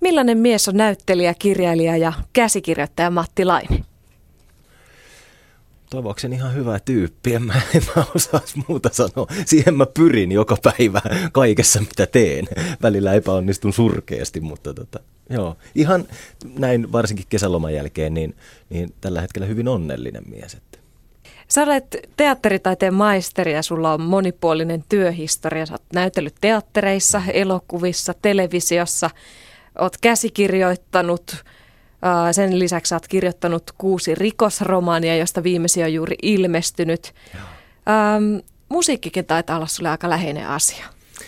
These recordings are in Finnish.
millainen mies on näyttelijä, kirjailija ja käsikirjoittaja Matti Laine? Toivokseni ihan hyvä tyyppi, en mä osaisi muuta sanoa. Siihen mä pyrin joka päivä kaikessa, mitä teen. Välillä epäonnistun surkeasti, mutta joo, ihan näin varsinkin kesäloman jälkeen, niin tällä hetkellä hyvin onnellinen mies. Sä olet teatteritaiteen maisteri ja sulla on monipuolinen työhistoria. Sä oot näytellyt teattereissa, elokuvissa, televisiossa, oot käsikirjoittanut. Sen lisäksi olet kirjoittanut 6 rikosromaania, josta viimeisin on juuri ilmestynyt. Musiikkikin taitaa olla sulle aika läheinen asia.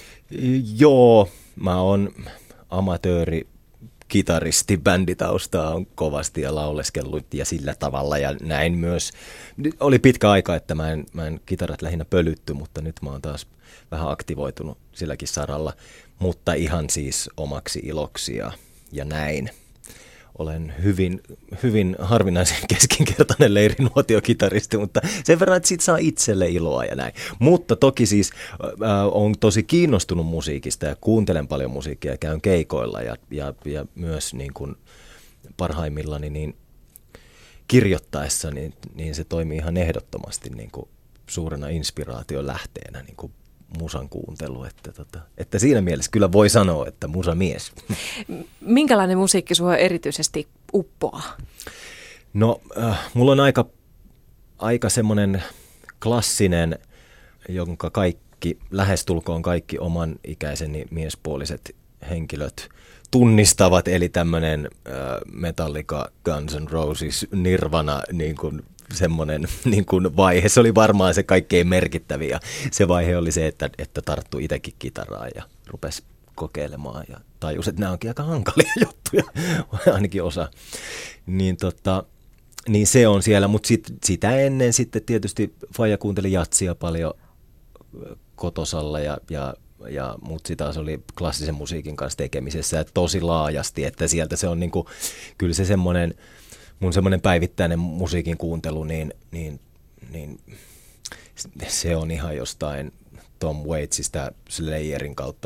Joo, mä oon amatööri, kitaristi, bänditaustaa on kovasti ja lauleskellut ja sillä tavalla ja näin myös. Oli pitkä aika, että mä en kitarat lähinnä pölytty, mutta nyt mä oon taas vähän aktivoitunut silläkin saralla, mutta ihan siis omaksi iloksi ja näin. Olen hyvin harvinaisen keskinkertainen leirinuotiokitaristi, mutta sen verran, että siitä saa itselle iloa ja näin. Mutta toki siis olen tosi kiinnostunut musiikista ja kuuntelen paljon musiikkia ja käyn keikoilla ja myös niin kuin parhaimmillani niin kirjoittaessa niin se toimii ihan ehdottomasti niin kuin suurena inspiraation lähteenä niin kuin musan kuuntelu, että siinä mielessä kyllä voi sanoa, että musamies. Minkälainen musiikki sinua erityisesti uppoaa? No, mulla on aika semmoinen klassinen, jonka lähestulkoon kaikki oman ikäiseni miespuoliset henkilöt tunnistavat, eli tämmöinen Metallica, Guns N' Roses, Nirvana, niin kuin semmoinen niin kuin vaihe. Se oli varmaan se kaikkein merkittävin ja se vaihe oli se, että tarttui itsekin kitaraan ja rupesi kokeilemaan ja tajusi, että nämä onkin aika hankalia juttuja, ainakin osa. Niin se on siellä, mutta sitä ennen sitten tietysti faija kuunteli jatsia paljon kotosalla ja mut sitä taas oli klassisen musiikin kanssa tekemisessä ja tosi laajasti, että sieltä se on niinku, kyllä se semmoinen mun semmoinen päivittäinen musiikin kuuntelu, niin se on ihan jostain Tom Waitsista Slayerin kautta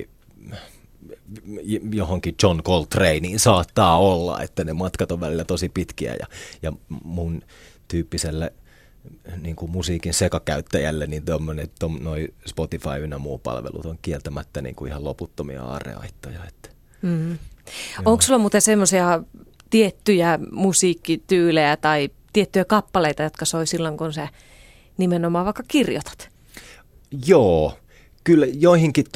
johonkin John Coltraneen saattaa olla, että ne matkat on välillä tosi pitkiä ja mun tyyppiselle niin kuin musiikin sekakäyttäjälle niin noi Spotify ynnä muu palvelut on kieltämättä niin kuin ihan loputtomia aarreaittoja. Onko sulla muuten semmoisia tiettyjä musiikkityylejä tai tiettyjä kappaleita, jotka soi silloin, kun sä nimenomaan vaikka kirjoitat? Joo, kyllä joihinkin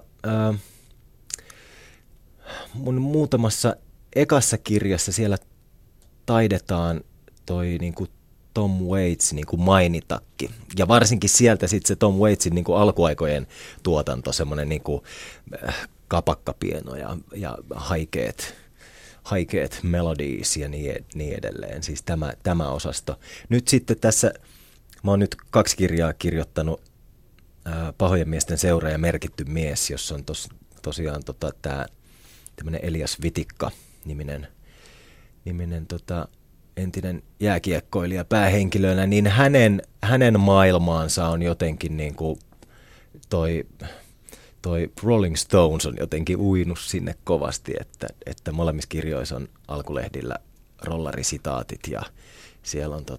mun muutamassa ekassa kirjassa siellä taidetaan toi niinku Tom Waits niinku mainitakin. Ja varsinkin sieltä sitten se Tom Waitsin niinku alkuaikojen tuotanto, semmoinen niinku kapakkapieno ja haikeet melodies ja niin edelleen, siis tämä osasto. Nyt sitten tässä, mä oon nyt 2 kirjaa kirjoittanut, Pahojen miesten seura ja Merkitty mies, jossa on tosiaan tämä tämmöinen Elias Vitikka-niminen entinen jääkiekkoilija päähenkilönä, niin hänen maailmaansa on jotenkin niin kuin toi Rolling Stones on jotenkin uinut sinne kovasti, että molemmissa kirjoissa on alkulehdillä rollarisitaatit ja siellä on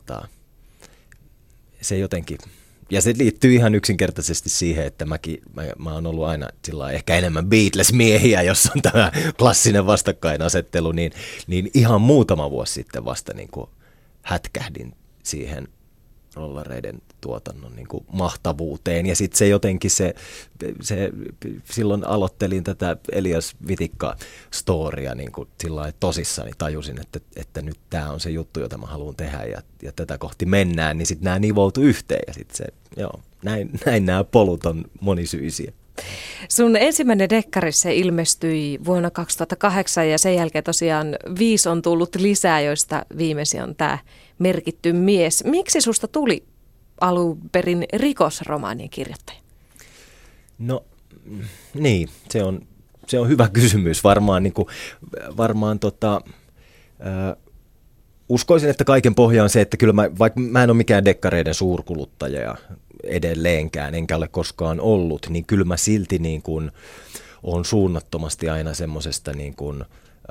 se jotenkin, ja se liittyy ihan yksinkertaisesti siihen, että mä oon ollut aina sillä ehkä enemmän Beatles-miehiä, jos on tämä klassinen vastakkainasettelu, niin ihan muutama vuosi sitten vasta niin kuin hätkähdin siihen rollareiden tuotannon niin kuin mahtavuuteen. Ja sitten se jotenkin silloin aloittelin tätä Elias Vitikka-storia niin kuin sillä tosissani, tajusin, että nyt tämä on se juttu, jota mä haluan tehdä ja tätä kohti mennään, niin sitten nämä nivoutu yhteen ja sitten näin nämä polut on monisyisiä. Sun ensimmäinen dekkari se ilmestyi vuonna 2008 ja sen jälkeen tosiaan 5 on tullut lisää, joista viimeisin on tämä Merkitty mies. Miksi susta tuli alun perin rikosromaanien kirjoittaja? No niin, se on hyvä kysymys. Varmaan uskoisin, että kaiken pohja on se, että kyllä vaikka mä en ole mikään dekkareiden suurkuluttaja edelleenkään, enkä ole koskaan ollut, niin kyllä mä silti niin kuin on suunnattomasti aina semmoisesta niin kuin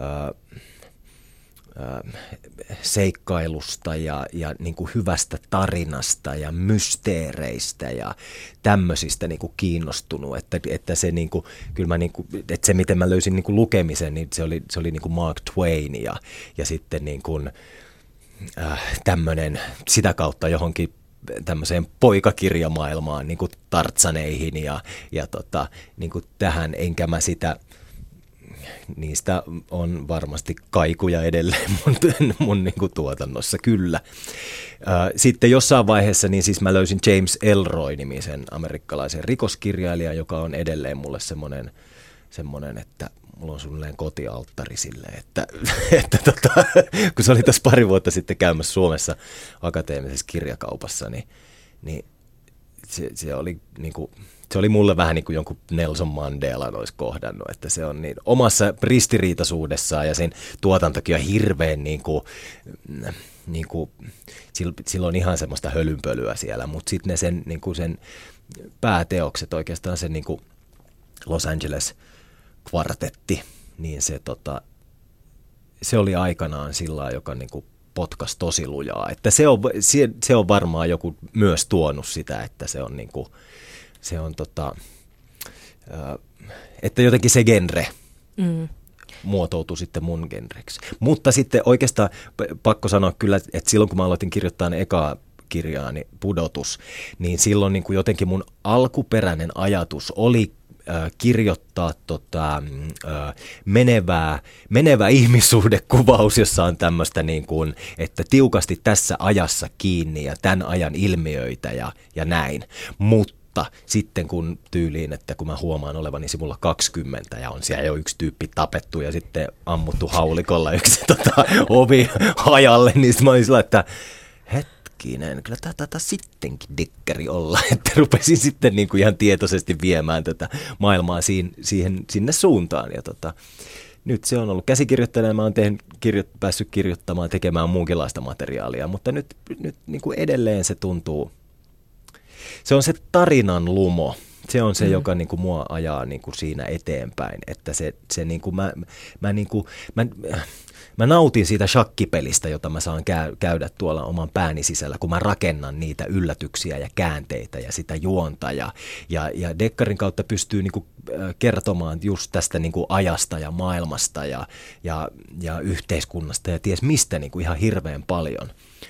seikkailusta ja niin kuin hyvästä tarinasta ja mysteereistä ja tämmöisistä niin kuin kiinnostunut, että se niin kuin, kyllä mä niin kuin, että se miten mä löysin niin kuin lukemisen, niin se oli niin kuin Mark Twain ja sitten niin kuin tämmöinen sitä kautta johonkin tämmöiseen poikakirjamaailmaan niin kuin Tartsaneihin ja niin kuin tähän, enkä mä sitä. Niistä on varmasti kaikuja edelleen mun niin kuin tuotannossa, kyllä. Sitten jossain vaiheessa niin siis mä löysin James Ellroy-nimisen amerikkalaisen rikoskirjailijan, joka on edelleen mulle semmoinen, että mulla on suunnilleen kotialttari silleen, että kun se oli tässä pari vuotta sitten käymässä Suomessa akateemisessa kirjakaupassa, niin se oli niin kuin, se oli mulle vähän niin kuin jonkun Nelson Mandelan olisi kohdannut, että se on niin omassa ristiriitaisuudessaan ja sen tuotantokin on hirveän niin kuin sillä on ihan semmoista hölynpölyä siellä, mutta sitten ne sen, niin kuin sen pääteokset, oikeastaan se niin kuin Los Angeles kvartetti, niin se oli aikanaan sillä, joka niin kuin potkas tosi lujaa, että se on varmaan joku myös tuonut sitä, että se on niin kuin se on että jotenkin se genre muotoutui sitten mun genreksi. Mutta sitten oikeastaan pakko sanoa kyllä, että silloin kun mä aloitin kirjoittaa ne ekaa kirjaani Pudotus, niin silloin niin kuin jotenkin mun alkuperäinen ajatus oli kirjoittaa menevä ihmissuhdekuvaus, jossa on tämmöistä niin kuin, että tiukasti tässä ajassa kiinni ja tämän ajan ilmiöitä ja näin, mutta sitten kun tyyliin, että kun mä huomaan olevani sivulla 20 ja on siellä jo yksi tyyppi tapettu ja sitten ammuttu haulikolla yksi ovi hajalle, niin mä olin sillä, että hetkinen, kyllä taitaa sittenkin dekkari olla, että rupesin sitten niin kuin ihan tietoisesti viemään tätä maailmaa sinne suuntaan ja nyt se on ollut käsikirjoittajana, mä oon päässyt kirjoittamaan, tekemään muunkinlaista materiaalia, mutta nyt niin kuin edelleen se tuntuu. Se on se tarinan lumo. Se on se, joka niin kuin mua ajaa niin kuin siinä eteenpäin, että se niin kuin mä nautin siitä shakkipelistä, jota mä saan käydä tuolla oman pääni sisällä, kun mä rakennan niitä yllätyksiä ja käänteitä ja sitä juonta ja dekkarin kautta pystyy niin kuin kertomaan just tästä niin kuin ajasta ja maailmasta ja yhteiskunnasta ja ties mistä niin kuin ihan hirveän paljon.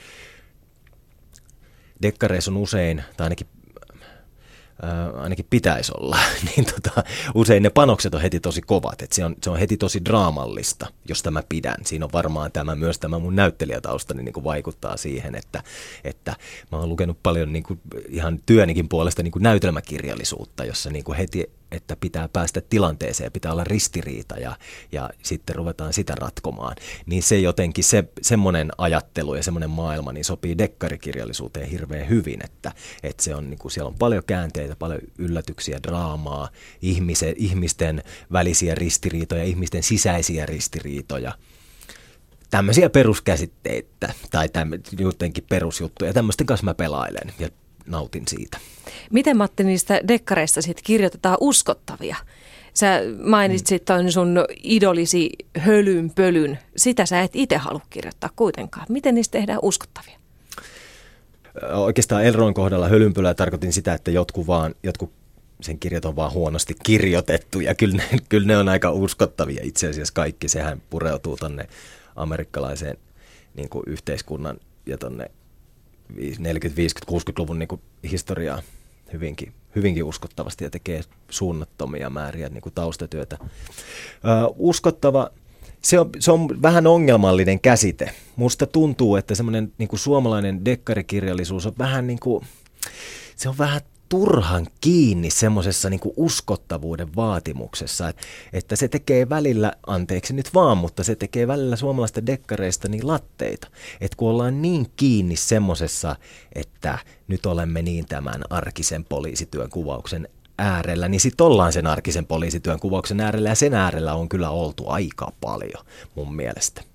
Dekkareissa on usein, tai ainakin pitäisi olla, niin usein ne panokset on heti tosi kovat, että se on heti tosi draamallista, josta mä pidän. Siinä on varmaan myös tämä mun näyttelijätaustani niin kuin vaikuttaa siihen, että mä oon lukenut paljon niin kuin ihan työnikin puolesta niin kuin näytelmäkirjallisuutta, jossa niin kuin heti, että pitää päästä tilanteeseen, pitää olla ristiriita ja sitten ruvetaan sitä ratkomaan. Niin se jotenkin, semmoinen ajattelu ja semmoinen maailma niin sopii dekkarikirjallisuuteen hirveän hyvin, että se on, niin kuin, siellä on paljon käänteitä, paljon yllätyksiä, draamaa, ihmisten välisiä ristiriitoja, ihmisten sisäisiä ristiriitoja. Tämmöisiä peruskäsitteitä tai jotenkin perusjuttuja, tämmöisten kanssa mä pelailen ja nautin siitä. Miten, Matti, niistä dekkareista sitten kirjoitetaan uskottavia? Sä mainitsit ton sun idolisi hölynpölyn. Sitä sä et itse halua kirjoittaa kuitenkaan. Miten niistä tehdään uskottavia? Oikeastaan Ellroyn kohdalla hölynpölyä tarkoitin sitä, että jotkut sen kirjat on vaan huonosti kirjoitettu ja kyllä ne on aika uskottavia itse asiassa kaikki. Sehän pureutuu tonne amerikkalaiseen niin kuin yhteiskunnan ja tonne 40-, 50-, 60-luvun niin kuin historiaa hyvinkin uskottavasti ja tekee suunnattomia määriä niin kuin taustatyötä. Uskottava, se on vähän ongelmallinen käsite. Musta tuntuu, että semmoinen niin kuin suomalainen dekkarikirjallisuus on vähän niin kuin, se on vähän turhan kiinni semmoisessa niin kuin uskottavuuden vaatimuksessa, että se tekee välillä, anteeksi nyt vaan, mutta se tekee välillä suomalaista dekkareista niin latteita, että kun ollaan niin kiinni semmoisessa, että nyt olemme niin tämän arkisen poliisityön kuvauksen äärellä, niin sitten ollaan sen arkisen poliisityön kuvauksen äärellä ja sen äärellä on kyllä oltu aika paljon mun mielestä.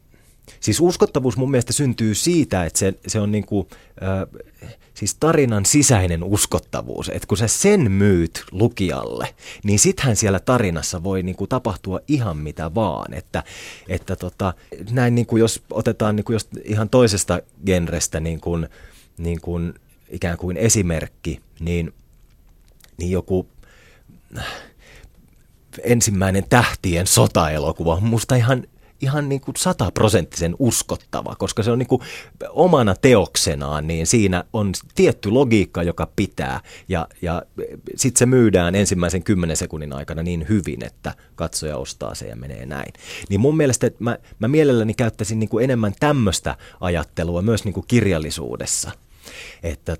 Siis uskottavuus mun mielestä syntyy siitä, että se on niinku, siis tarinan sisäinen uskottavuus. Että kun sä sen myyt lukijalle, niin sittenhän siellä tarinassa voi niinku tapahtua ihan mitä vaan. Että näin niinku, jos otetaan niinku jos ihan toisesta genrestä niin kuin ikään kuin esimerkki, niin joku ensimmäinen Tähtien sota-elokuva on musta ihan niin kuin 100% uskottava, koska se on niin kuin omana teoksenaan, niin siinä on tietty logiikka, joka pitää, ja sitten se myydään ensimmäisen 10 sekunnin aikana niin hyvin, että katsoja ostaa se ja menee näin. Niin mun mielestä, että mä mielelläni käyttäisin niin kuin enemmän tämmöistä ajattelua myös niin kuin kirjallisuudessa, että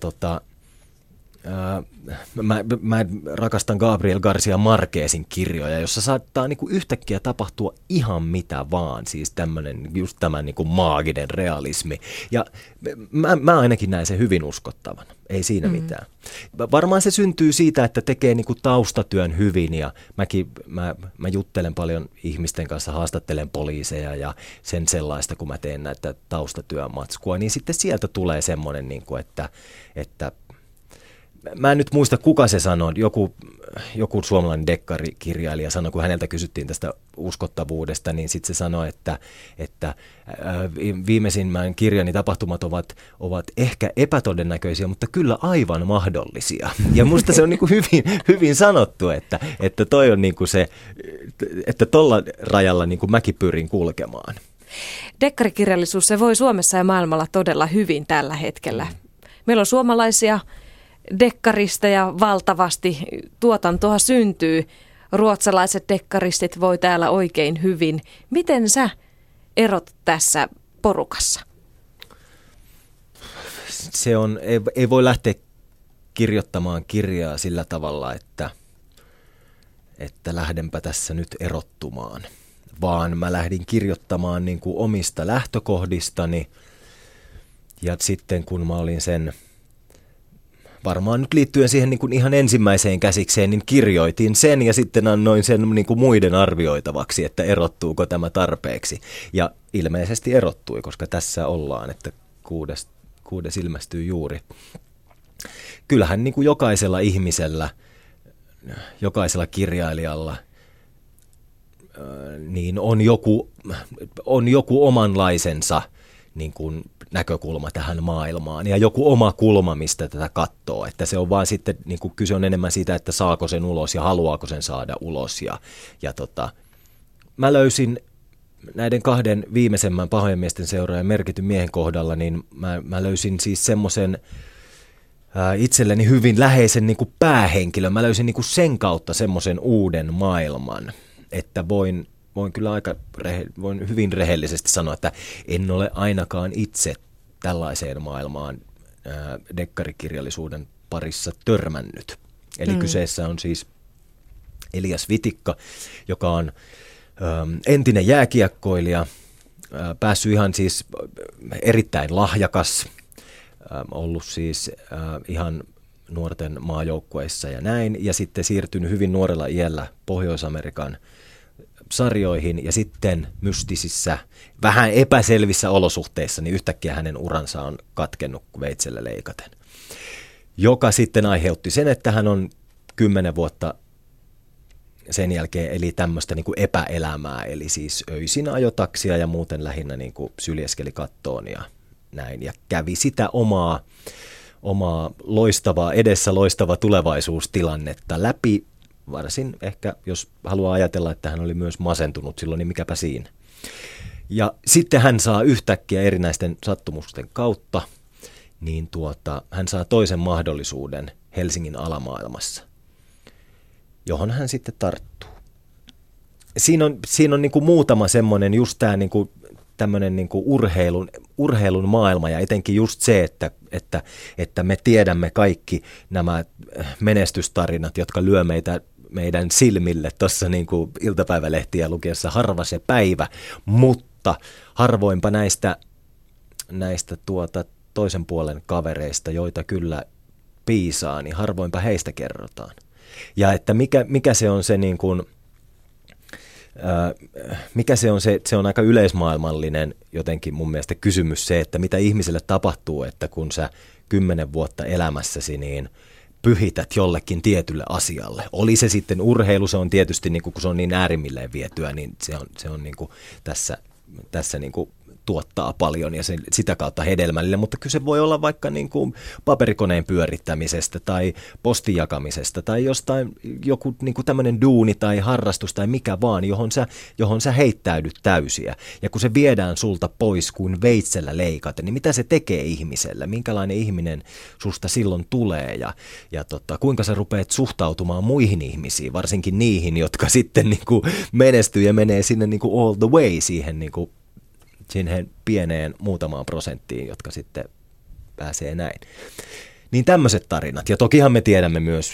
mä rakastan Gabriel Garcia Marquezin kirjoja, jossa saattaa niinku yhtäkkiä tapahtua ihan mitä vaan, siis just tämä niinku maaginen realismi. Ja mä ainakin näen sen hyvin uskottavan, ei siinä mitään. Varmaan se syntyy siitä, että tekee niinku taustatyön hyvin, ja mä juttelen paljon ihmisten kanssa, haastattelen poliiseja ja sen sellaista, kun mä teen näitä taustatyömatskua, niin sitten sieltä tulee semmoinen, niinku, että mä en nyt muista, kuka se sanoi. Joku suomalainen dekkarikirjailija sanoi, kun häneltä kysyttiin tästä uskottavuudesta, niin sitten se sanoi, että viimeisimmän kirjani tapahtumat ovat ehkä epätodennäköisiä, mutta kyllä aivan mahdollisia. Ja musta se on niin kuin hyvin sanottu, että toi on niin kuin se, että tolla rajalla niin kuin mäkin pyrin kulkemaan. Dekkarikirjallisuus, se voi Suomessa ja maailmalla todella hyvin tällä hetkellä. Meillä on suomalaisia dekkaristeja valtavasti, tuotantoa syntyy, ruotsalaiset dekkaristit voi täällä oikein hyvin. Miten sä erot tässä porukassa? Ei voi lähteä kirjoittamaan kirjaa sillä tavalla, että lähdenpä tässä nyt erottumaan, vaan mä lähdin kirjoittamaan niin kuin omista lähtökohdistani, ja sitten kun mä olin sen varmaan nyt liittyen siihen niin kuin ihan ensimmäiseen käsikseen, niin kirjoitin sen ja sitten annoin sen niin kuin muiden arvioitavaksi, että erottuuko tämä tarpeeksi. Ja ilmeisesti erottui, koska tässä ollaan, että kuudes ilmestyy juuri. Kyllähän niin kuin jokaisella ihmisellä, jokaisella kirjailijalla niin on joku omanlaisensa niin kuin näkökulma tähän maailmaan ja joku oma kulma, mistä tätä katsoo. Että se on vaan sitten, niin kuin kyse on enemmän siitä, että saako sen ulos ja haluaako sen saada ulos. Mä löysin näiden 2 viimeisemmän Pahojen miesten seuraajan Merkityn miehen kohdalla, niin mä löysin siis semmoisen itselleni hyvin läheisen niin kuin päähenkilön. Mä löysin niin kuin sen kautta semmoisen uuden maailman, että voin kyllä voin hyvin rehellisesti sanoa, että en ole ainakaan itse tällaiseen maailmaan dekkarikirjallisuuden parissa törmännyt. Eli kyseessä on siis Elias Vitikka, joka on entinen jääkiekkoilija, päässyt ihan siis erittäin lahjakas, ollut siis ihan nuorten maajoukkueissa ja näin, ja sitten siirtynyt hyvin nuorella iällä Pohjois-Amerikan sarjoihin, ja sitten mystisissä, vähän epäselvissä olosuhteissa, niin yhtäkkiä hänen uransa on katkennut veitsellä leikaten. Joka sitten aiheutti sen, että hän on 10 vuotta sen jälkeen eli tämmöistä niin kuin epäelämää, eli siis öisin ajotaksia ja muuten lähinnä niin kuin syljeskeli kattoon ja näin, ja kävi sitä omaa edessä loistavaa tulevaisuustilannetta läpi. Varsin ehkä, jos haluaa ajatella, että hän oli myös masentunut silloin, niin mikäpä siinä. Ja sitten hän saa yhtäkkiä erinäisten sattumusten kautta, niin hän saa toisen mahdollisuuden Helsingin alamaailmassa, johon hän sitten tarttuu. Siinä on niin kuin muutama semmoinen just tämä niin kuin tämmöinen niin kuin urheilun maailma, ja etenkin just se, että me tiedämme kaikki nämä menestystarinat, jotka lyö meidän silmille tuossa niin kuin iltapäivälehtiä lukiessa harva se päivä, mutta harvoinpa näistä toisen puolen kavereista, joita kyllä piisaa, niin harvoinpa heistä kerrotaan. Ja että mikä se on se niin kuin, mikä se on? Se on aika yleismaailmallinen jotenkin mun mielestä kysymys se, että mitä ihmiselle tapahtuu, että kun sä 10 vuotta elämässäsi niin pyhität jollekin tietylle asialle. Oli se sitten urheilu, se on tietysti, niin kun se on niin äärimmilleen vietyä, niin se on niin kuin tässä niin kuin tuottaa paljon ja sitä kautta hedelmällinen, mutta kyllä se voi olla vaikka niin kuin paperikoneen pyörittämisestä tai postin jakamisesta tai jostain joku niin kuin tämmöinen duuni tai harrastus tai mikä vaan, johon sä heittäydyt täysiä. Ja kun se viedään sulta pois kuin veitsellä leikaten, niin mitä se tekee ihmiselle? Minkälainen ihminen susta silloin tulee ja kuinka sä rupeat suhtautumaan muihin ihmisiin, varsinkin niihin, jotka sitten niin kuin menestyy ja menee sinne niin kuin all the way siihen niin kuin siihen pieneen muutamaan prosenttiin, jotka sitten pääsee näin. Niin tämmöiset tarinat. Ja tokihan me tiedämme myös,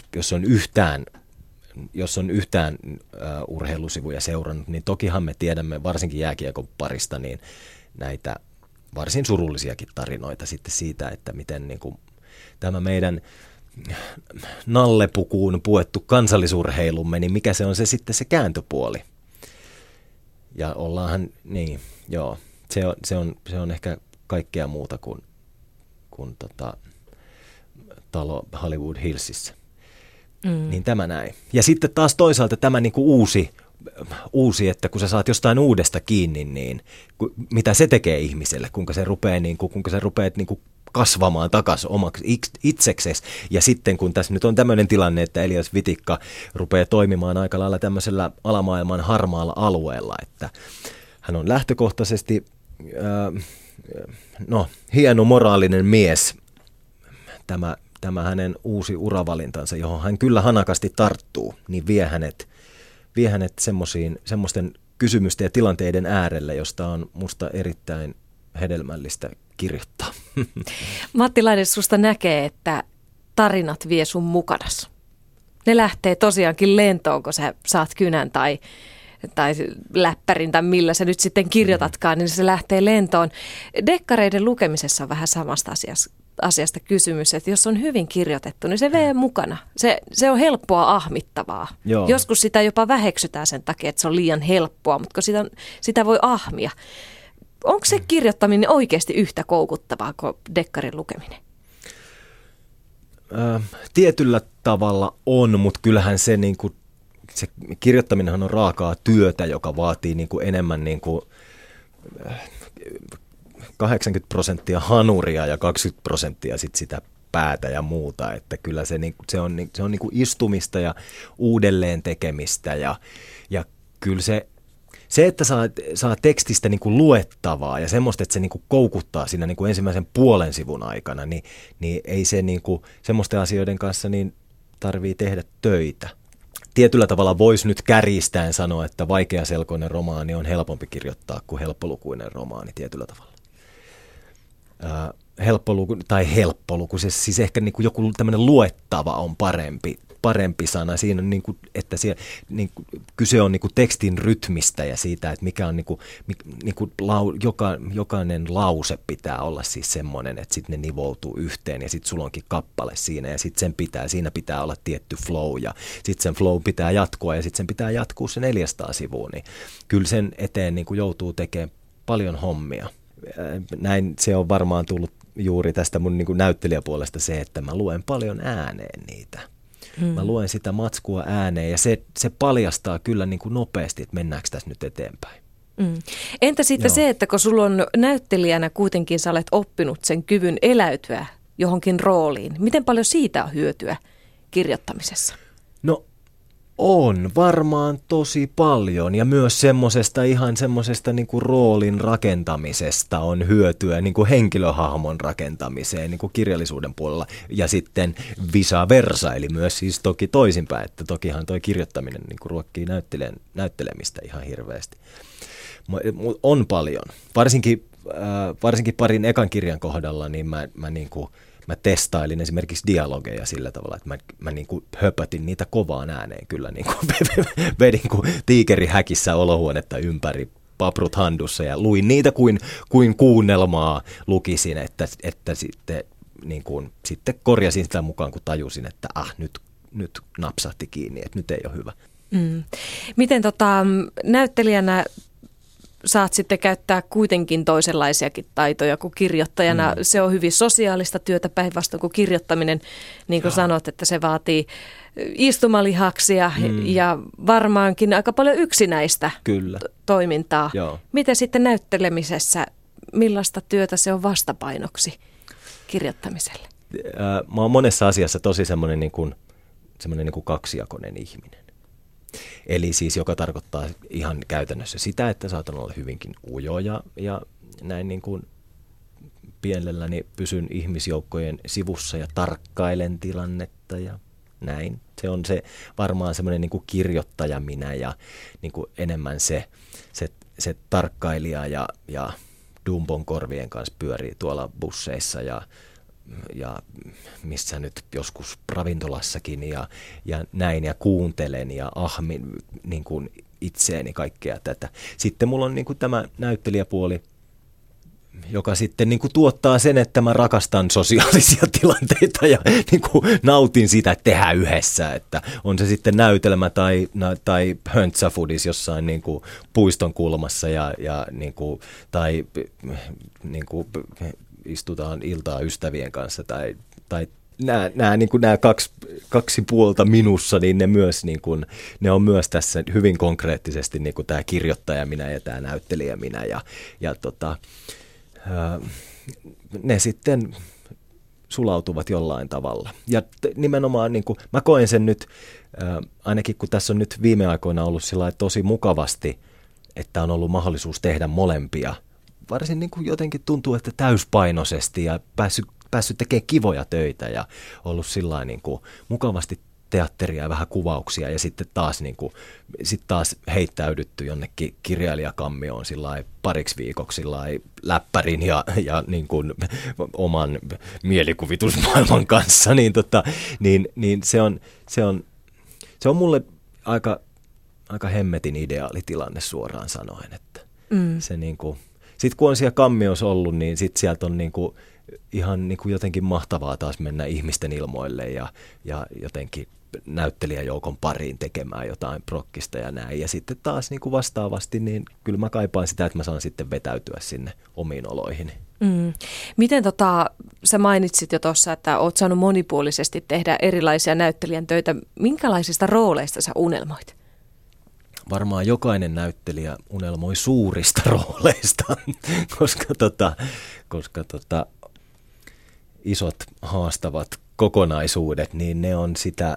jos on yhtään urheilusivuja seurannut, niin tokihan me tiedämme varsinkin jääkiekon parista niin näitä varsin surullisiakin tarinoita sitten siitä, että miten niin kuin tämä meidän nallepukuun puettu kansallisurheilumme, niin mikä se on se sitten se kääntöpuoli. Ja ollaanhan, niin joo. Se on ehkä kaikkea muuta kuin talo Hollywood Hillsissä. Niin tämä näin. Ja sitten taas toisaalta tämä niinku uusi, että kun sä saat jostain uudesta kiinni, niin mitä se tekee ihmiselle, kuinka sä rupeat kasvamaan takaisin omaksi itseksesi. Ja sitten kun tässä nyt on tämmöinen tilanne, että Elias Vitikka rupeaa toimimaan aika lailla tämmöisellä alamaailman harmaalla alueella, että hän on lähtökohtaisesti hieno moraalinen mies, tämä hänen uusi uravalintansa, johon hän kyllä hanakasti tarttuu, niin vie hänet semmoisten kysymysten ja tilanteiden äärelle, josta on musta erittäin hedelmällistä kirjoittaa. Matti Laine, susta näkee, että tarinat vie sun mukanas. Ne lähtee tosiaankin lentoon, kun sä saat kynän tai läppärin tai millä sä nyt sitten kirjoitatkaan, niin se lähtee lentoon. Dekkareiden lukemisessa on vähän samasta asiasta kysymys, että jos on hyvin kirjoitettu, niin se vie mukana. Se on helppoa ahmittavaa. Joo. Joskus sitä jopa väheksytään sen takia, että se on liian helppoa, mutta kun sitä voi ahmia. Onko se kirjoittaminen oikeasti yhtä koukuttavaa kuin dekkarin lukeminen? Tietyllä tavalla on, mutta kyllähän se kirjoittaminenhan on raakaa työtä, joka vaatii enemmän 80% hanuria ja 20% sit sitä päätä ja muuta, että kyllä se on istumista ja uudelleen tekemistä ja kyllä se että saa tekstistä luettavaa ja semmoista, että se koukuttaa siinä ensimmäisen puolen sivun aikana, niin ei se semmoisten asioiden kanssa niin tarvii tehdä töitä. Tietyllä tavalla voisi nyt kärjistäen sanoa, että vaikeaselkoinen romaani on helpompi kirjoittaa kuin helppolukuinen romaani tietyllä tavalla. Helppoluku, siis ehkä joku tämmöinen luettava on parempi sana. Siinä on että kyse on tekstin rytmistä ja siitä, että mikä on jokainen lause pitää olla siis semmoinen, että sitten ne nivoutuu yhteen ja sitten sulla onkin kappale siinä ja sitten siinä pitää olla tietty flow ja sitten sen flow pitää jatkua ja sitten sen pitää jatkuu se 400 sivua, niin kyllä sen eteen joutuu tekemään paljon hommia. Näin se on varmaan tullut juuri tästä mun näyttelijäpuolesta se, että mä luen paljon ääneen niitä. Mä luen sitä matskua ääneen ja se paljastaa kyllä nopeasti, että mennäänkö tässä nyt eteenpäin. Entä sitten se, että kun sulla on näyttelijänä kuitenkin sä olet oppinut sen kyvyn eläytyä johonkin rooliin, miten paljon siitä on hyötyä kirjoittamisessa? No on varmaan tosi paljon ja myös semmoisesta roolin rakentamisesta on hyötyä henkilöhahmon rakentamiseen kirjallisuuden puolella ja sitten vice versa, eli myös siis toki toisinpäin, että tokihan toi kirjoittaminen ruokkii näyttelemistä ihan hirveästi. On paljon, varsinkin parin ekan kirjan kohdalla, niin mä testailin esimerkiksi dialogeja sillä tavalla, että mä höpötin niitä kovaan ääneen kyllä, vedin kuin tiikeri häkissä olohuonetta ympäri, paprut handussa ja luin niitä kuin kuunnelmaa lukisin, että sitten korjasin sitä mukaan, kun tajusin, että nyt napsahti kiinni, että nyt ei ole hyvä. Miten näyttelijänä saat sitten käyttää kuitenkin toisenlaisiakin taitoja kuin kirjoittajana? Se on hyvin sosiaalista työtä päinvastoin kuin kirjoittaminen, niin kuin sanot, että se vaatii istumalihaksia ja varmaankin aika paljon yksinäistä toimintaa. Joo. Miten sitten näyttelemisessä, millaista työtä se on vastapainoksi kirjoittamiselle? Mä oon monessa asiassa tosi semmoinen niin kuin kaksijakoinen ihminen. Eli siis joka tarkoittaa ihan käytännössä sitä, että saatan olla hyvinkin ujo ja näin niin kuin pienelläni pysyn ihmisjoukkojen sivussa ja tarkkailen tilannetta ja näin. Se on se varmaan semmoinen niin kuin kirjoittaja minä ja niin kuin enemmän se tarkkailija ja Dumbon korvien kanssa pyörii tuolla busseissa ja missä nyt joskus ravintolassakin ja näin ja kuuntelen ja ahmin niin kuin itseeni kaikkea tätä. Sitten mulla on niin kuin tämä näyttelijäpuoli, joka sitten niin kuin tuottaa sen, että mä rakastan sosiaalisia tilanteita ja niin kuin nautin sitä, että tehdään yhdessä. Että on se sitten näytelmä tai höntsäfudis jossain niin kuin puiston kulmassa ja niin kuin, tai niin kuin istutaan iltaa ystävien kanssa tai nämä kaksi puolta minussa, niin ne myös niin kuin, ne on myös tässä hyvin konkreettisesti niin kuin tämä kirjoittaja minä ja tämä näyttelijä minä ja ne sitten sulautuvat jollain tavalla. Ja nimenomaan niin kuin, mä koen sen nyt, ainakin kun tässä on nyt viime aikoina ollut sillä tosi mukavasti, että on ollut mahdollisuus tehdä molempia. Varsin niin kuin jotenkin tuntuu, että täyspainoisesti ja päässyt tekemään kivoja töitä ja ollut sillain niin kuin mukavasti teatteria ja vähän kuvauksia ja sitten taas heittäydytty jonnekin kirjailijakammioon sillain pariksi viikoksi läppärin ja niin kuin oman mielikuvitusmaailman kanssa, niin se on mulle aika hemmetin ideaalitilanne suoraan sanoen, että se niin kuin sitten kun on siellä kammiossa ollut, niin sitten sieltä on niinku ihan niinku jotenkin mahtavaa taas mennä ihmisten ilmoille ja jotenkin näyttelijäjoukon pariin tekemään jotain prokkista ja näin. Ja sitten taas niinku vastaavasti, niin kyllä mä kaipaan sitä, että mä saan sitten vetäytyä sinne omiin oloihin. Miten sä mainitsit jo tuossa, että oot saanut monipuolisesti tehdä erilaisia näyttelijän töitä. Minkälaisista rooleista sä unelmoit? Varmaan jokainen näyttelijä unelmoi suurista rooleista, koska isot haastavat kokonaisuudet, niin ne on sitä,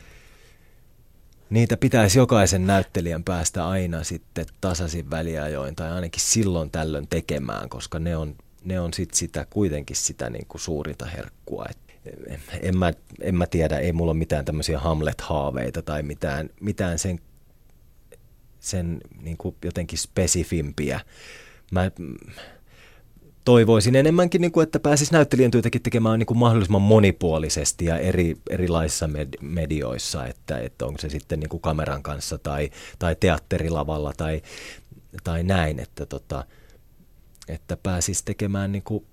niitä pitäisi jokaisen näyttelijän päästä aina sitten tasaisin väliajoin tai ainakin silloin tällöin tekemään, koska ne on sit sitä, kuitenkin sitä niin kuin suurinta herkkua. En mä tiedä, ei mulla ole mitään tämmöisiä Hamlet-haaveita tai mitään sen niin kuin jotenkin spesifimpiä. Mä toivoisin enemmänkin, niin kuin, että pääsisi näyttelijän työtäkin tekemään niin kuin mahdollisimman monipuolisesti ja erilaisissa medioissa, että onko se sitten niin kuin kameran kanssa tai teatterilavalla tai näin, että pääsisi tekemään niin kuin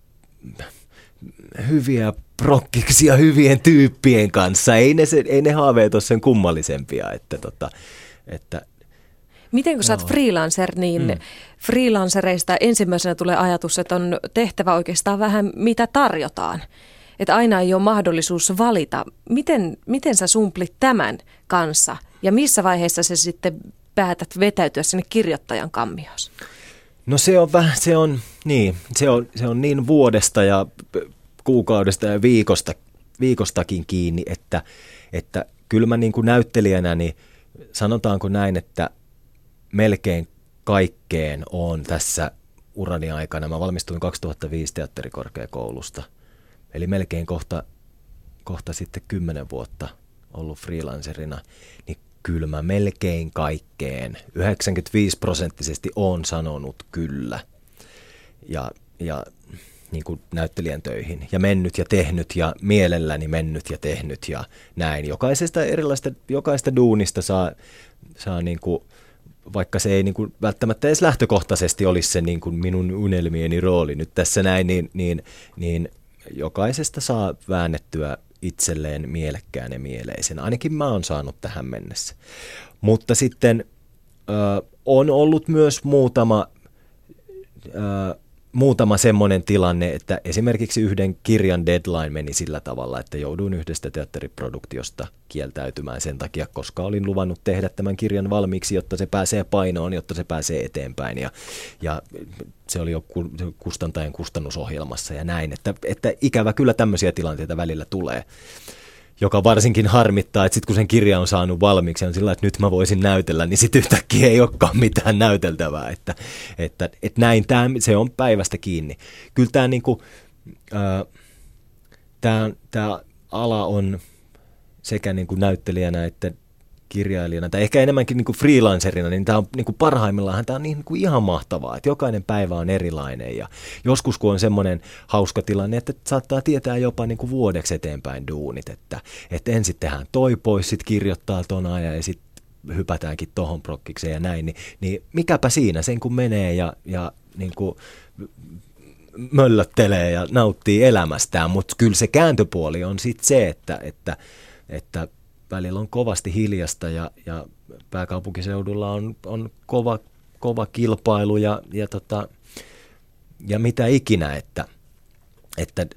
hyviä prokkiksia hyvien tyyppien kanssa. Ei ne haaveet ole sen kummallisempia, että miten kun sä oot freelancer, niin freelancereista ensimmäisenä tulee ajatus, että on tehtävä oikeastaan vähän mitä tarjotaan. Että aina ei ole mahdollisuus valita. Miten sä sumplit tämän kanssa ja missä vaiheessa sä sitten päätät vetäytyä sinne kirjoittajan kammioon? No se on niin vuodesta ja kuukaudesta ja viikostakin kiinni, että kyllä mä niin kuin näyttelijänä, niin sanotaanko näin, että melkein kaikkeen on tässä urani aikana. Mä valmistuin 2005 teatterikorkeakoulusta, eli melkein kohta sitten 10 vuotta ollut freelancerina, niin kyllä mä melkein kaikkeen 95% oon sanonut kyllä ja niin kuin näyttelijän töihin ja mennyt ja tehnyt ja mielelläni mennyt ja tehnyt ja näin. Jokaista duunista saa niin kuin, vaikka se ei niin kuin välttämättä edes lähtökohtaisesti olisi se niin kuin minun unelmieni rooli nyt tässä näin, niin jokaisesta saa väännettyä itselleen mielekkään ja mieleisen. Ainakin mä oon saanut tähän mennessä. Mutta sitten on ollut myös muutama semmoinen tilanne, että esimerkiksi yhden kirjan deadline meni sillä tavalla, että jouduin yhdestä teatteriproduktiosta kieltäytymään sen takia, koska olin luvannut tehdä tämän kirjan valmiiksi, jotta se pääsee painoon, jotta se pääsee eteenpäin. Ja se oli jo kustantajan kustannusohjelmassa ja näin, että ikävä kyllä tämmöisiä tilanteita välillä tulee, joka varsinkin harmittaa, että sitten kun sen kirja on saanut valmiiksi, on sillä, että nyt mä voisin näytellä, niin sitten yhtäkkiä ei olekaan mitään näyteltävää, että näin se on päivästä kiinni. Kyllä tämä niinku, ala on sekä niinku näyttelijänä että kirjailijana, tai ehkä enemmänkin niinku freelancerina, niin tämä on niinku parhaimmillaan tämä on niinku ihan mahtavaa, että jokainen päivä on erilainen ja joskus kun on semmoinen hauska tilanne, että saattaa tietää jopa niinku vuodeksi eteenpäin duunit, että ensin tehdään toi pois, sitten kirjoittaa ton ajan ja sitten hypätäänkin tohon prokkikseen ja näin, niin mikäpä siinä sen kun menee ja niinku möllöttelee ja nauttii elämästään, mutta kyllä se kääntöpuoli on sitten se, että välillä on kovasti hiljasta ja pääkaupunkiseudulla on kova kilpailu ja mitä ikinä, että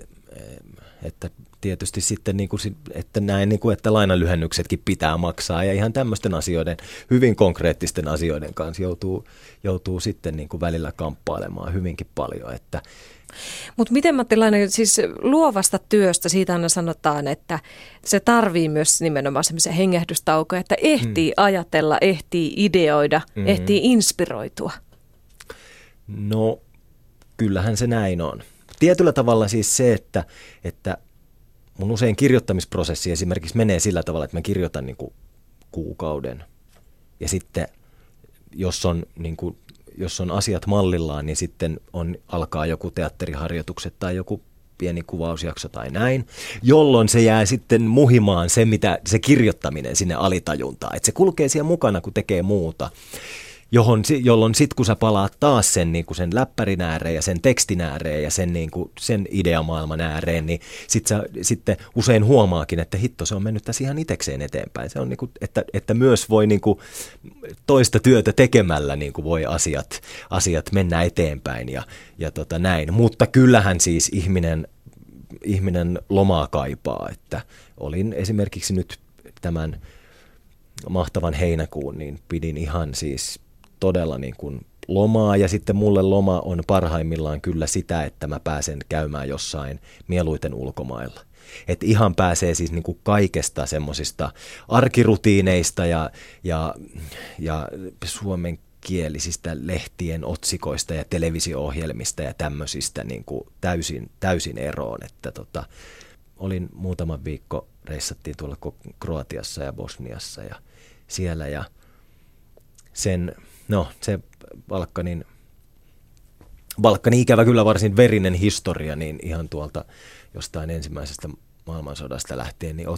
tietysti sitten että näin että lainanlyhennyksetkin pitää maksaa ja ihan tämmöisten asioiden, hyvin konkreettisten asioiden kanssa joutuu sitten välillä kamppailemaan hyvinkin paljon, että mutta miten Mattilainen, siis luovasta työstä, siitä aina sanotaan, että se tarvii myös nimenomaan semmoisia hengähdystaukoja, että ehtii ajatella, ehtii ideoida, ehtii inspiroitua. No, kyllähän se näin on. Tietyllä tavalla siis se, että mun usein kirjoittamisprosessi esimerkiksi menee sillä tavalla, että mä kirjoitan kuukauden ja sitten jos on asiat mallillaan, niin sitten alkaa joku teatteriharjoitukset tai joku pieni kuvausjakso tai näin, jolloin se jää sitten muhimaan se kirjoittaminen sinne alitajuntaan. Että se kulkee siellä mukana, kun tekee muuta, jolloin sitten kun sä palaat taas sen läppärin ääreen ja sen tekstin ääreen ja sen ideamaailman ääreen, niin sitten usein huomaakin, että hitto, se on mennyt tässä ihan itekseen eteenpäin. Se on että myös voi toista työtä tekemällä voi asiat mennä eteenpäin ja näin. Mutta kyllähän siis ihminen lomaa kaipaa, että olin esimerkiksi nyt tämän mahtavan heinäkuun, niin pidin ihan siis todella lomaa ja sitten mulle loma on parhaimmillaan kyllä sitä, että mä pääsen käymään jossain mieluiten ulkomailla. Että ihan pääsee siis kaikesta semmosista arkirutiineista ja suomenkielisistä lehtien otsikoista ja televisio-ohjelmista ja tämmöisistä täysin eroon. Että olin muutaman viikko, reissattiin tuolla Kroatiassa ja Bosniassa ja siellä ja se Balkanin ikävä kyllä varsin verinen historia, niin ihan tuolta jostain ensimmäisestä maailmansodasta lähtien, niin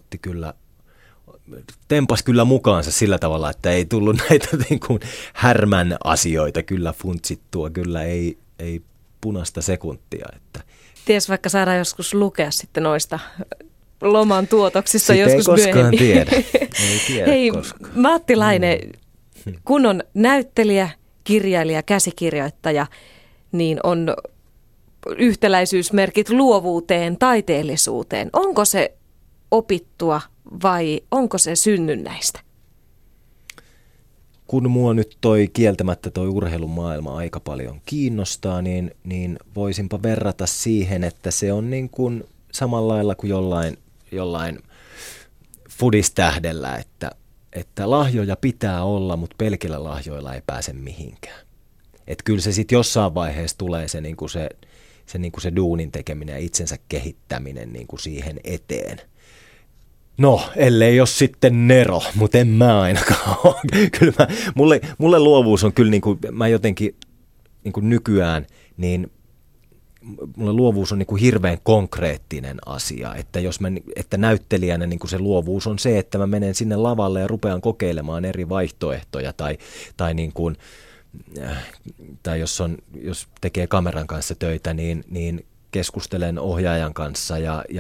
tempas kyllä mukaansa sillä tavalla, että ei tullut näitä härmän asioita kyllä funtsittua, kyllä ei punaista sekuntia. Että. Ties vaikka saadaan joskus lukea sitten noista loman tuotoksista sitä joskus myöhemmin. Ei tiedä Hei, koskaan. Mattilainen, kun on näyttelijä, kirjailija, käsikirjoittaja, niin on yhtäläisyysmerkit luovuuteen, taiteellisuuteen. Onko se opittua vai onko se synnynnäistä? Kun mua nyt kieltämättä toi urheilumaailma aika paljon kiinnostaa, niin voisinpa verrata siihen, että se on samalla lailla kuin jollain fudistähdellä, että lahjoja pitää olla, mutta pelkillä lahjoilla ei pääse mihinkään. Että kyllä se sitten jossain vaiheessa tulee se duunin tekeminen ja itsensä kehittäminen siihen eteen. No, ellei ole sitten Nero, mutta en mä ainakaan ole. Kyllä mulle luovuus on kyllä, mä jotenkin nykyään, niin mulle luovuus on hirveän konkreettinen asia, että näyttelijänä se luovuus on se, että mä menen sinne lavalle ja rupean kokeilemaan eri vaihtoehtoja tai jos tekee kameran kanssa töitä, niin keskustelen ohjaajan kanssa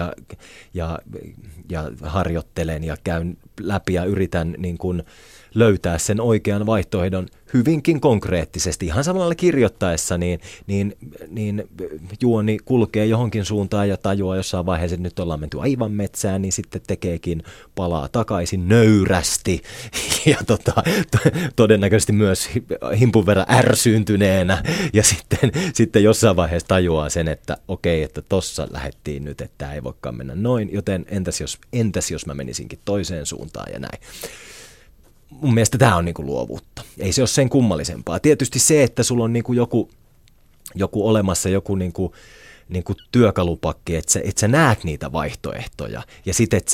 ja harjoittelen ja käyn läpi ja yritän niin kuin löytää sen oikean vaihtoehdon hyvinkin konkreettisesti. Ihan samalla lailla kirjoittaessa, niin juoni kulkee johonkin suuntaan ja tajuaa jossain vaiheessa, että nyt ollaan menty aivan metsään, niin sitten tekeekin palaa takaisin nöyrästi ja todennäköisesti myös himpun verran ärsyyntyneenä ja sitten jossain vaiheessa tajuaa sen, että okei, että tossa lähdettiin nyt, että tämä ei voikaan mennä noin, joten entäs jos mä menisinkin toiseen suuntaan ja näin. Mun mielestä tämä on niinku luovuutta. Ei se ole sen kummallisempaa. Tietysti se, että sulla on niinku joku olemassa, joku niinku työkalupakki, että et sä näet niitä vaihtoehtoja. Ja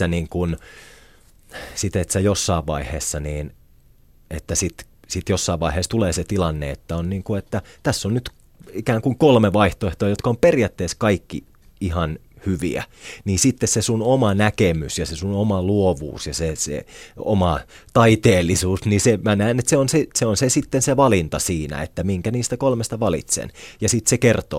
sit et sä jossain vaiheessa, niin, että sit jossain vaiheessa tulee se tilanne, että on niinku, että tässä on nyt ikään kuin 3 vaihtoehtoa, jotka on periaatteessa kaikki ihan hyviä, niin sitten se sun oma näkemys ja se sun oma luovuus ja se oma taiteellisuus, niin mä näen, että se on sitten se valinta siinä, että minkä niistä 3 valitsen. Ja sitten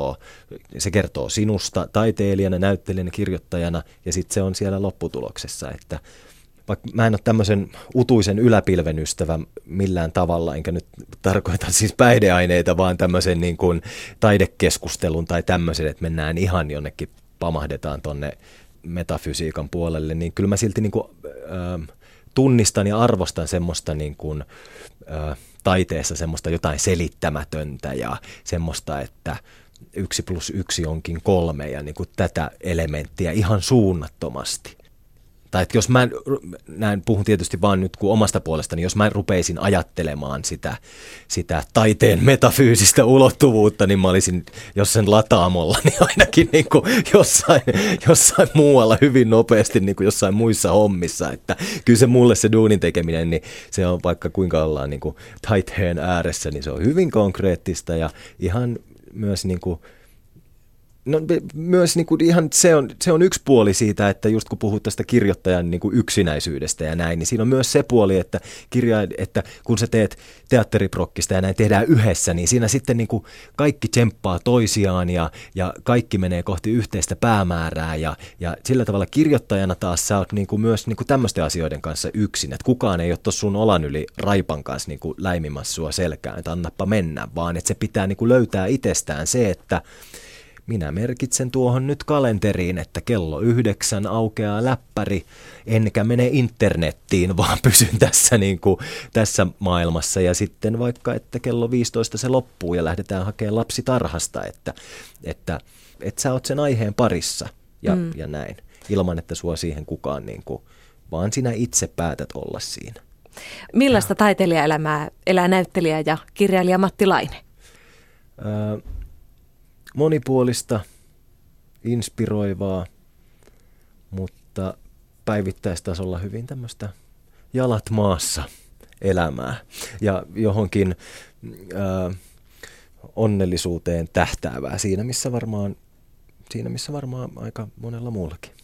se kertoo sinusta taiteilijana, näyttelijänä, kirjoittajana ja sitten se on siellä lopputuloksessa, että vaikka mä en ole tämmöisen utuisen yläpilven ystävä millään tavalla, enkä nyt tarkoita siis päihdeaineita, vaan tämmöisen niin kuin taidekeskustelun tai tämmöisen, että mennään ihan jonnekin pamahdetaan tonne metafysiikan puolelle, niin kyllä mä silti niin kuin, tunnistan ja arvostan semmoista niin kuin, taiteessa semmoista jotain selittämätöntä ja semmoista, että 1+1 onkin 3 ja niin kuin tätä elementtiä ihan suunnattomasti. Tai että jos näin puhun tietysti vaan nyt kuin omasta puolestani, jos mä rupeisin ajattelemaan sitä taiteen metafyysistä ulottuvuutta, niin mä olisin, jos sen lataamolla, niin ainakin niin kuin jossain muualla hyvin nopeasti, niin kuin jossain muissa hommissa. Että kyllä se mulle se duunin tekeminen, niin se on vaikka kuinka ollaan niin kuin taiteen ääressä, niin se on hyvin konkreettista ja ihan myös niin kuin no myös niin kuin ihan se on yksi puoli siitä, että just kun puhut tästä kirjoittajan niin kuin yksinäisyydestä ja näin, niin siinä on myös se puoli, että että kun sä teet teatteriprokkista ja näin tehdään yhdessä, niin siinä sitten niin kuin kaikki tsemppaa toisiaan ja kaikki menee kohti yhteistä päämäärää ja sillä tavalla kirjoittajana taas sä oot niin kuin myös niin kuin tämmöisten asioiden kanssa yksin, että kukaan ei ole tuossa sun olan yli raipan kanssa niin kuin läimimässä sua selkään, että annappa mennä, vaan että se pitää niin kuin löytää itsestään se, että minä merkitsen tuohon nyt kalenteriin, että kello 9 aukeaa läppäri, enkä mene internettiin, vaan pysyn tässä maailmassa. Ja sitten vaikka, että kello 15 se loppuu ja lähdetään hakemaan lapsi tarhasta, että sä oot sen aiheen parissa ja näin, ilman että sua siihen kukaan, vaan sinä itse päätät olla siinä. Millaista taiteilijaelämää elää näyttelijä ja kirjailija Matti Laine? Monipuolista, inspiroivaa, mutta päivittäistasolla hyvin tämmöistä jalat maassa elämää ja johonkin onnellisuuteen tähtäävää siinä missä varmaan aika monella muullakin.